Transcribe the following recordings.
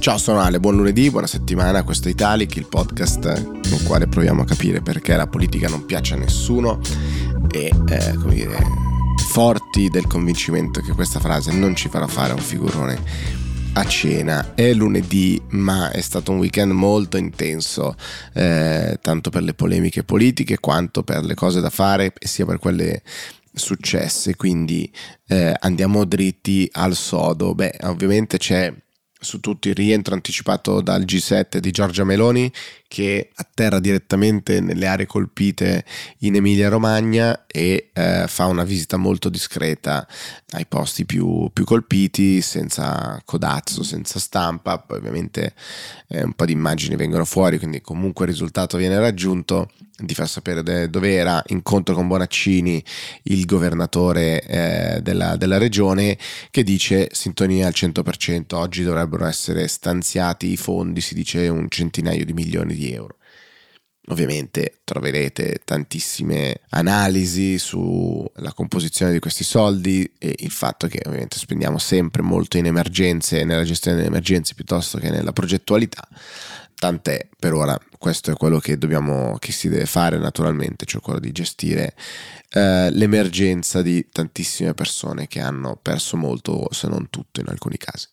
Ciao, sono Ale, buon lunedì, buona settimana, questo è Italic, il podcast nel quale proviamo a capire perché la politica non piace a nessuno e, forti del convincimento che questa frase non ci farà fare un figurone a cena. È lunedì, ma è stato un weekend molto intenso, tanto per le polemiche politiche quanto per le cose da fare e sia per quelle successe, quindi andiamo dritti al sodo. Ovviamente c'è su tutti il rientro anticipato dal G7 di Giorgia Meloni, che atterra direttamente nelle aree colpite in Emilia-Romagna e fa una visita molto discreta ai posti più colpiti, senza codazzo, senza stampa. Poi ovviamente un po' di immagini vengono fuori, quindi comunque il risultato viene raggiunto di far sapere dove era. Incontro con Bonaccini, il governatore della regione, che dice sintonia al 100%, oggi dovrebbero essere stanziati i fondi, si dice un centinaio di milioni di euro. Ovviamente troverete tantissime analisi sulla composizione di questi soldi e il fatto che ovviamente spendiamo sempre molto in emergenze, nella gestione delle emergenze piuttosto che nella progettualità. Tant'è, per ora questo è quello che si deve fare naturalmente, cioè quello di gestire l'emergenza di tantissime persone che hanno perso molto, se non tutto in alcuni casi.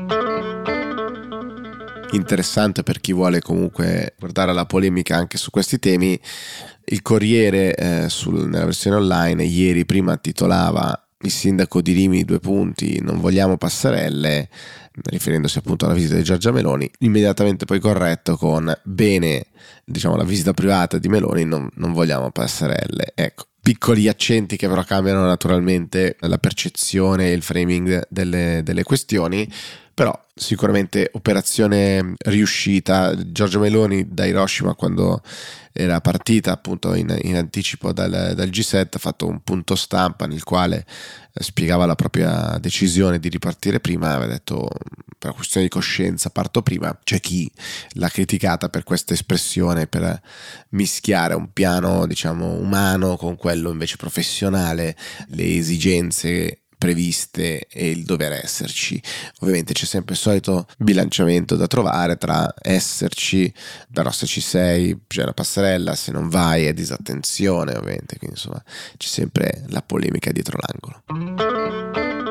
Interessante per chi vuole comunque guardare la polemica anche su questi temi, il Corriere nella versione online ieri prima titolava il sindaco di Rimini, non vogliamo passerelle, riferendosi appunto alla visita di Giorgia Meloni, immediatamente poi corretto con bene, la visita privata di Meloni, non vogliamo passerelle. Ecco, piccoli accenti che però cambiano naturalmente la percezione e il framing delle questioni, però sicuramente operazione riuscita. Giorgia Meloni da Hiroshima, quando era partita appunto in anticipo dal G7, ha fatto un punto stampa nel quale spiegava la propria decisione di ripartire prima. Aveva detto: per questione di coscienza parto prima. C'è chi l'ha criticata per questa espressione, per mischiare un piano umano con quello invece professionale, le esigenze previste e il dover esserci. Ovviamente c'è sempre il solito bilanciamento da trovare tra esserci, però se ci sei c'è la passerella, se non vai è disattenzione, ovviamente, quindi insomma c'è sempre la polemica dietro l'angolo.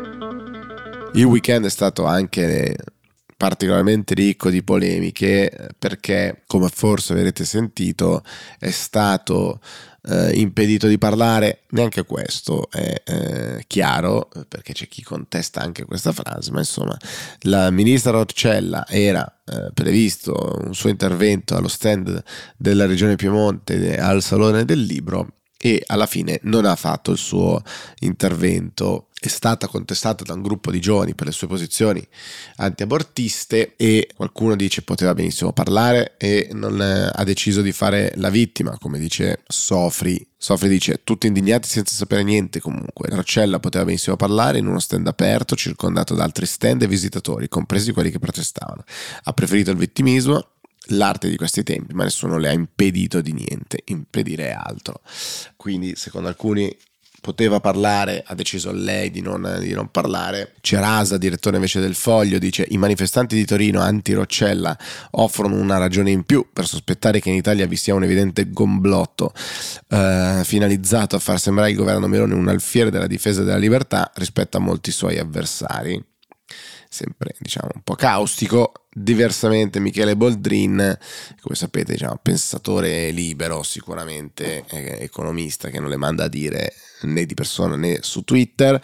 Il weekend è stato anche particolarmente ricco di polemiche perché, come forse avrete sentito, è stato impedito di parlare. Neanche questo è chiaro, perché c'è chi contesta anche questa frase, ma insomma la ministra Roccella era previsto un suo intervento allo stand della regione Piemonte al Salone del Libro e alla fine non ha fatto il suo intervento. È stata contestata da un gruppo di giovani per le sue posizioni antiabortiste e qualcuno dice poteva benissimo parlare e non ha deciso di fare la vittima, come dice Sofri. Sofri dice: tutti indignati senza sapere niente. Comunque Roccella poteva benissimo parlare in uno stand aperto circondato da altri stand e visitatori, compresi quelli che protestavano. Ha preferito il vittimismo, l'arte di questi tempi, ma nessuno le ha impedito di niente. Impedire è altro. Quindi secondo alcuni poteva parlare, ha deciso lei di non parlare. Cerasa, direttore invece del Foglio, dice: i manifestanti di Torino anti-Roccella offrono una ragione in più per sospettare che in Italia vi sia un evidente gomblotto finalizzato a far sembrare il governo Meloni un alfiere della difesa della libertà rispetto a molti suoi avversari. Sempre un po' caustico. Diversamente Michele Boldrin, come sapete pensatore libero, sicuramente economista che non le manda a dire né di persona né su Twitter,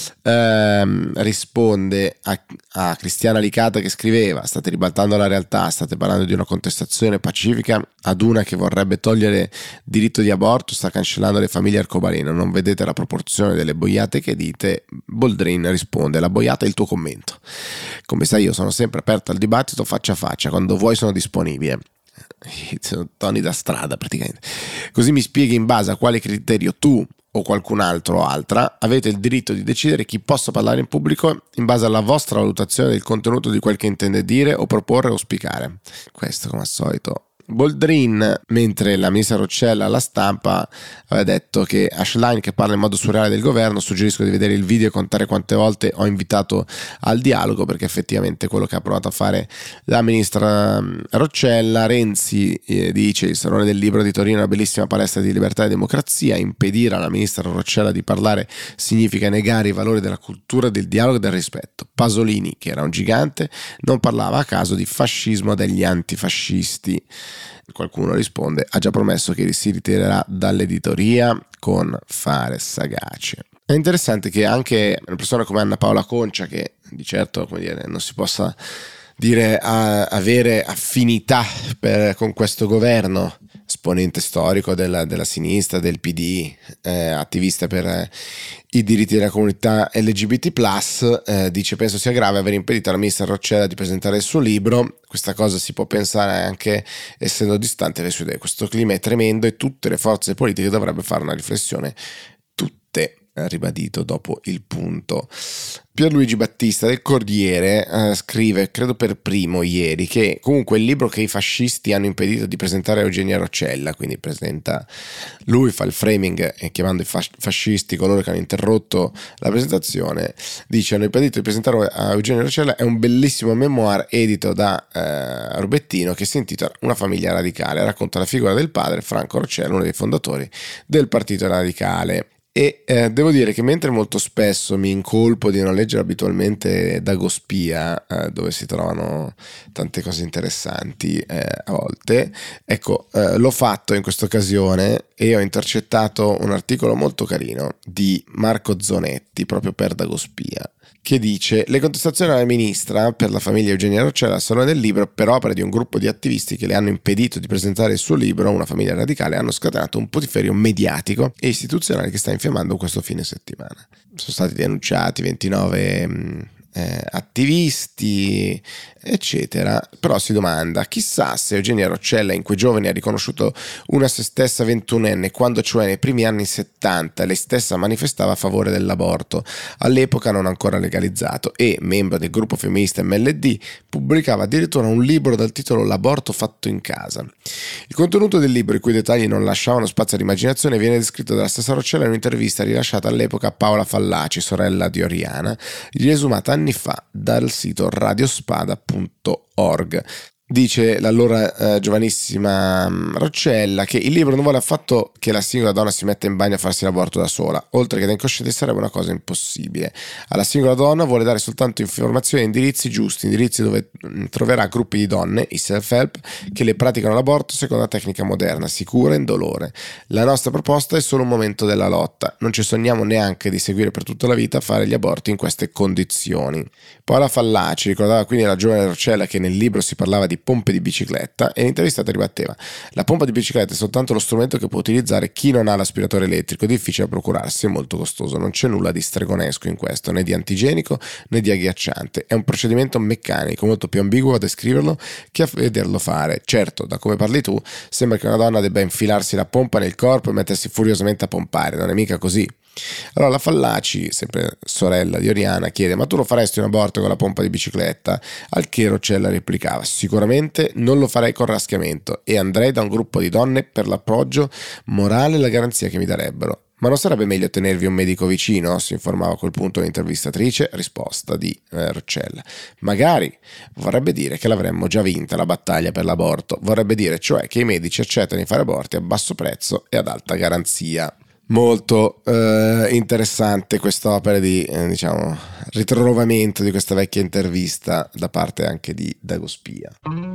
risponde a Cristiana Licata che scriveva: state ribaltando la realtà, state parlando di una contestazione pacifica ad una che vorrebbe togliere diritto di aborto, sta cancellando le famiglie arcobaleno, non vedete la proporzione delle boiate che dite? Boldrin risponde: la boiata è il tuo commento. Come sai, io sono sempre aperto al dibattito faccia a faccia, quando vuoi sono disponibile. Sono toni da strada praticamente. Così mi spieghi in base a quale criterio tu o qualcun altro o altra avete il diritto di decidere chi possa parlare in pubblico in base alla vostra valutazione del contenuto di quel che intende dire o proporre o auspicare. Questo, come al solito, Boldrin, mentre la ministra Roccella alla stampa aveva detto che a Schlein, che parla in modo surreale del governo, suggerisco di vedere il video e contare quante volte ho invitato al dialogo, perché effettivamente è quello che ha provato a fare la ministra Roccella. Renzi dice: il Salone del Libro di Torino è una bellissima palestra di libertà e democrazia, impedire alla ministra Roccella di parlare significa negare i valori della cultura, del dialogo e del rispetto. Pasolini, che era un gigante, non parlava a caso di fascismo degli antifascisti. Qualcuno risponde: ha già promesso che si ritirerà dall'editoria con fare sagace. È interessante che anche una persona come Anna Paola Concia, che di certo, come dire, non si possa dire avere affinità con questo governo, esponente storico della sinistra, del PD, attivista per i diritti della comunità LGBT+, dice: penso sia grave aver impedito alla ministra Roccella di presentare il suo libro. Questa cosa si può pensare anche essendo distante dalle sue idee. Questo clima è tremendo e tutte le forze politiche dovrebbero fare una riflessione, tutte, ribadito dopo il punto. Pierluigi Battista del Corriere scrive, credo per primo ieri, che comunque il libro che i fascisti hanno impedito di presentare a Eugenia Roccella, quindi presenta lui, fa il framing chiamando i fascisti coloro che hanno interrotto la presentazione, dice: hanno impedito di presentare a Eugenia Roccella, è un bellissimo memoir edito da Rubettino che si intitola Una famiglia radicale, racconta la figura del padre Franco Roccella, uno dei fondatori del Partito Radicale. E devo dire che mentre molto spesso mi incolpo di non leggere abitualmente Dagospia, dove si trovano tante cose interessanti a volte, ecco, l'ho fatto in questa occasione e ho intercettato un articolo molto carino di Marco Zonetti proprio per Dagospia, che dice: le contestazioni alla ministra per la famiglia Eugenia Roccella sono del libro per opera di un gruppo di attivisti che le hanno impedito di presentare il suo libro Una famiglia radicale, hanno scatenato un putiferio mediatico e istituzionale che sta infiammando questo fine settimana. Sono stati denunciati 29 attivisti eccetera, però si domanda: chissà se Eugenia Roccella in quei giovani ha riconosciuto una se stessa 21enne, quando cioè nei primi anni 70 lei stessa manifestava a favore dell'aborto, all'epoca non ancora legalizzato, e membro del gruppo femminista MLD pubblicava addirittura un libro dal titolo L'aborto fatto in casa. Il contenuto del libro, i cui dettagli non lasciavano spazio all'immaginazione, viene descritto dalla stessa Roccella in un'intervista rilasciata all'epoca a Paola Fallaci, sorella di Oriana, riesumata anni fa dal sito radiospada.org. Dice l'allora giovanissima Roccella che il libro non vuole affatto che la singola donna si metta in bagno a farsi l'aborto da sola, oltre che da incosciente sarebbe una cosa impossibile. Alla singola donna vuole dare soltanto informazioni e indirizzi giusti, indirizzi dove troverà gruppi di donne, i self-help, che le praticano l'aborto secondo la tecnica moderna, sicura e indolore. La nostra proposta è solo un momento della lotta, non ci sogniamo neanche di seguire per tutta la vita a fare gli aborti in queste condizioni. Paola Fallaci ricordava quindi alla giovane Roccella che nel libro si parlava di pompe di bicicletta e l'intervistata ribatteva: la pompa di bicicletta è soltanto lo strumento che può utilizzare chi non ha l'aspiratore elettrico, difficile da procurarsi e molto costoso, non c'è nulla di stregonesco in questo, né di antigenico né di agghiacciante, è un procedimento meccanico molto più ambiguo a descriverlo che a vederlo fare. Certo, da come parli tu sembra che una donna debba infilarsi la pompa nel corpo e mettersi furiosamente a pompare, non è mica così. Allora la Fallaci, sempre sorella di Oriana, chiede: ma tu lo faresti un aborto con la pompa di bicicletta? Al che Roccella replicava: sicuramente non lo farei con raschiamento e andrei da un gruppo di donne per l'appoggio morale e la garanzia che mi darebbero. Ma non sarebbe meglio tenervi un medico vicino? Si informava a quel punto l'intervistatrice. Risposta di Roccella: magari vorrebbe dire che l'avremmo già vinta la battaglia per l'aborto, vorrebbe dire cioè che i medici accettano di fare aborti a basso prezzo e ad alta garanzia. Molto interessante quest'opera di diciamo ritrovamento di questa vecchia intervista da parte anche di Dagospia.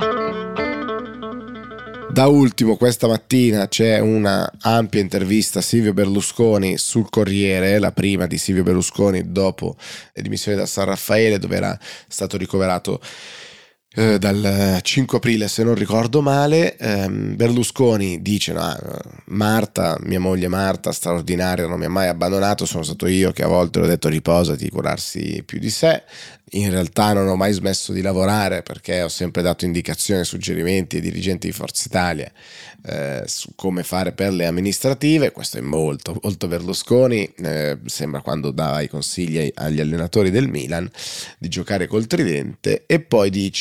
Da ultimo, questa mattina c'è una ampia intervista a Silvio Berlusconi sul Corriere, la prima di Silvio Berlusconi dopo le dimissioni da San Raffaele, dove era stato ricoverato dal 5 aprile se non ricordo male. Berlusconi dice: no, Marta, mia moglie Marta, straordinaria, non mi ha mai abbandonato, sono stato io che a volte le ho detto riposati, curarsi più di sé. In realtà non ho mai smesso di lavorare perché ho sempre dato indicazioni e suggerimenti ai dirigenti di Forza Italia su come fare per le amministrative. Questo è molto, molto Berlusconi, sembra quando dava i consigli agli allenatori del Milan di giocare col tridente. E poi dice: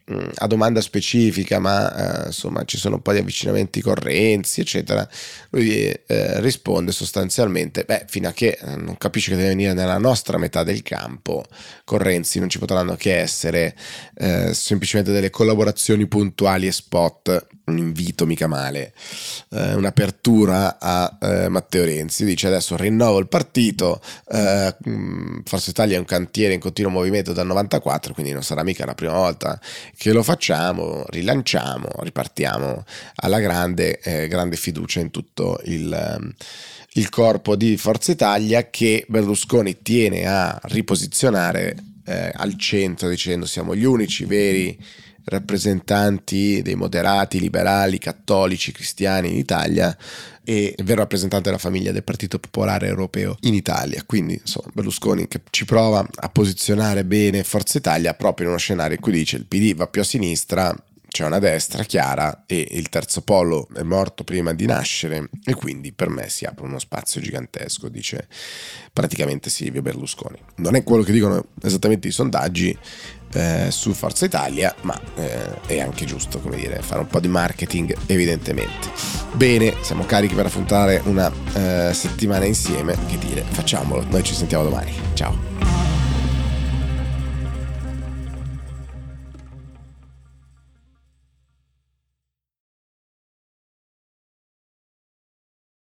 a domanda specifica, ma insomma ci sono un po' di avvicinamenti con Renzi eccetera, lui risponde sostanzialmente fino a che non capisce che deve venire nella nostra metà del campo, con Renzi non ci potranno che essere semplicemente delle collaborazioni puntuali e spot, un invito mica male, un'apertura a Matteo Renzi. Dice: adesso rinnovo il partito, Forza Italia è un cantiere in continuo movimento dal 94, quindi non sarà mica la prima volta che lo facciamo, rilanciamo, ripartiamo alla grande, grande fiducia in tutto il corpo di Forza Italia, che Berlusconi tiene a riposizionare al centro, dicendo: siamo gli unici veri rappresentanti dei moderati, liberali, cattolici, cristiani in Italia, e il vero rappresentante della famiglia del Partito Popolare Europeo in Italia. Quindi insomma Berlusconi che ci prova a posizionare bene Forza Italia proprio in uno scenario in cui dice: il PD va più a sinistra, c'è una destra chiara e il terzo polo è morto prima di nascere, e quindi per me si apre uno spazio gigantesco, dice praticamente Silvio Berlusconi. Non è quello che dicono esattamente i sondaggi su Forza Italia, ma è anche giusto, come dire, fare un po' di marketing evidentemente. Bene, siamo carichi per affrontare una settimana insieme. Che dire, facciamolo. Noi ci sentiamo domani. Ciao.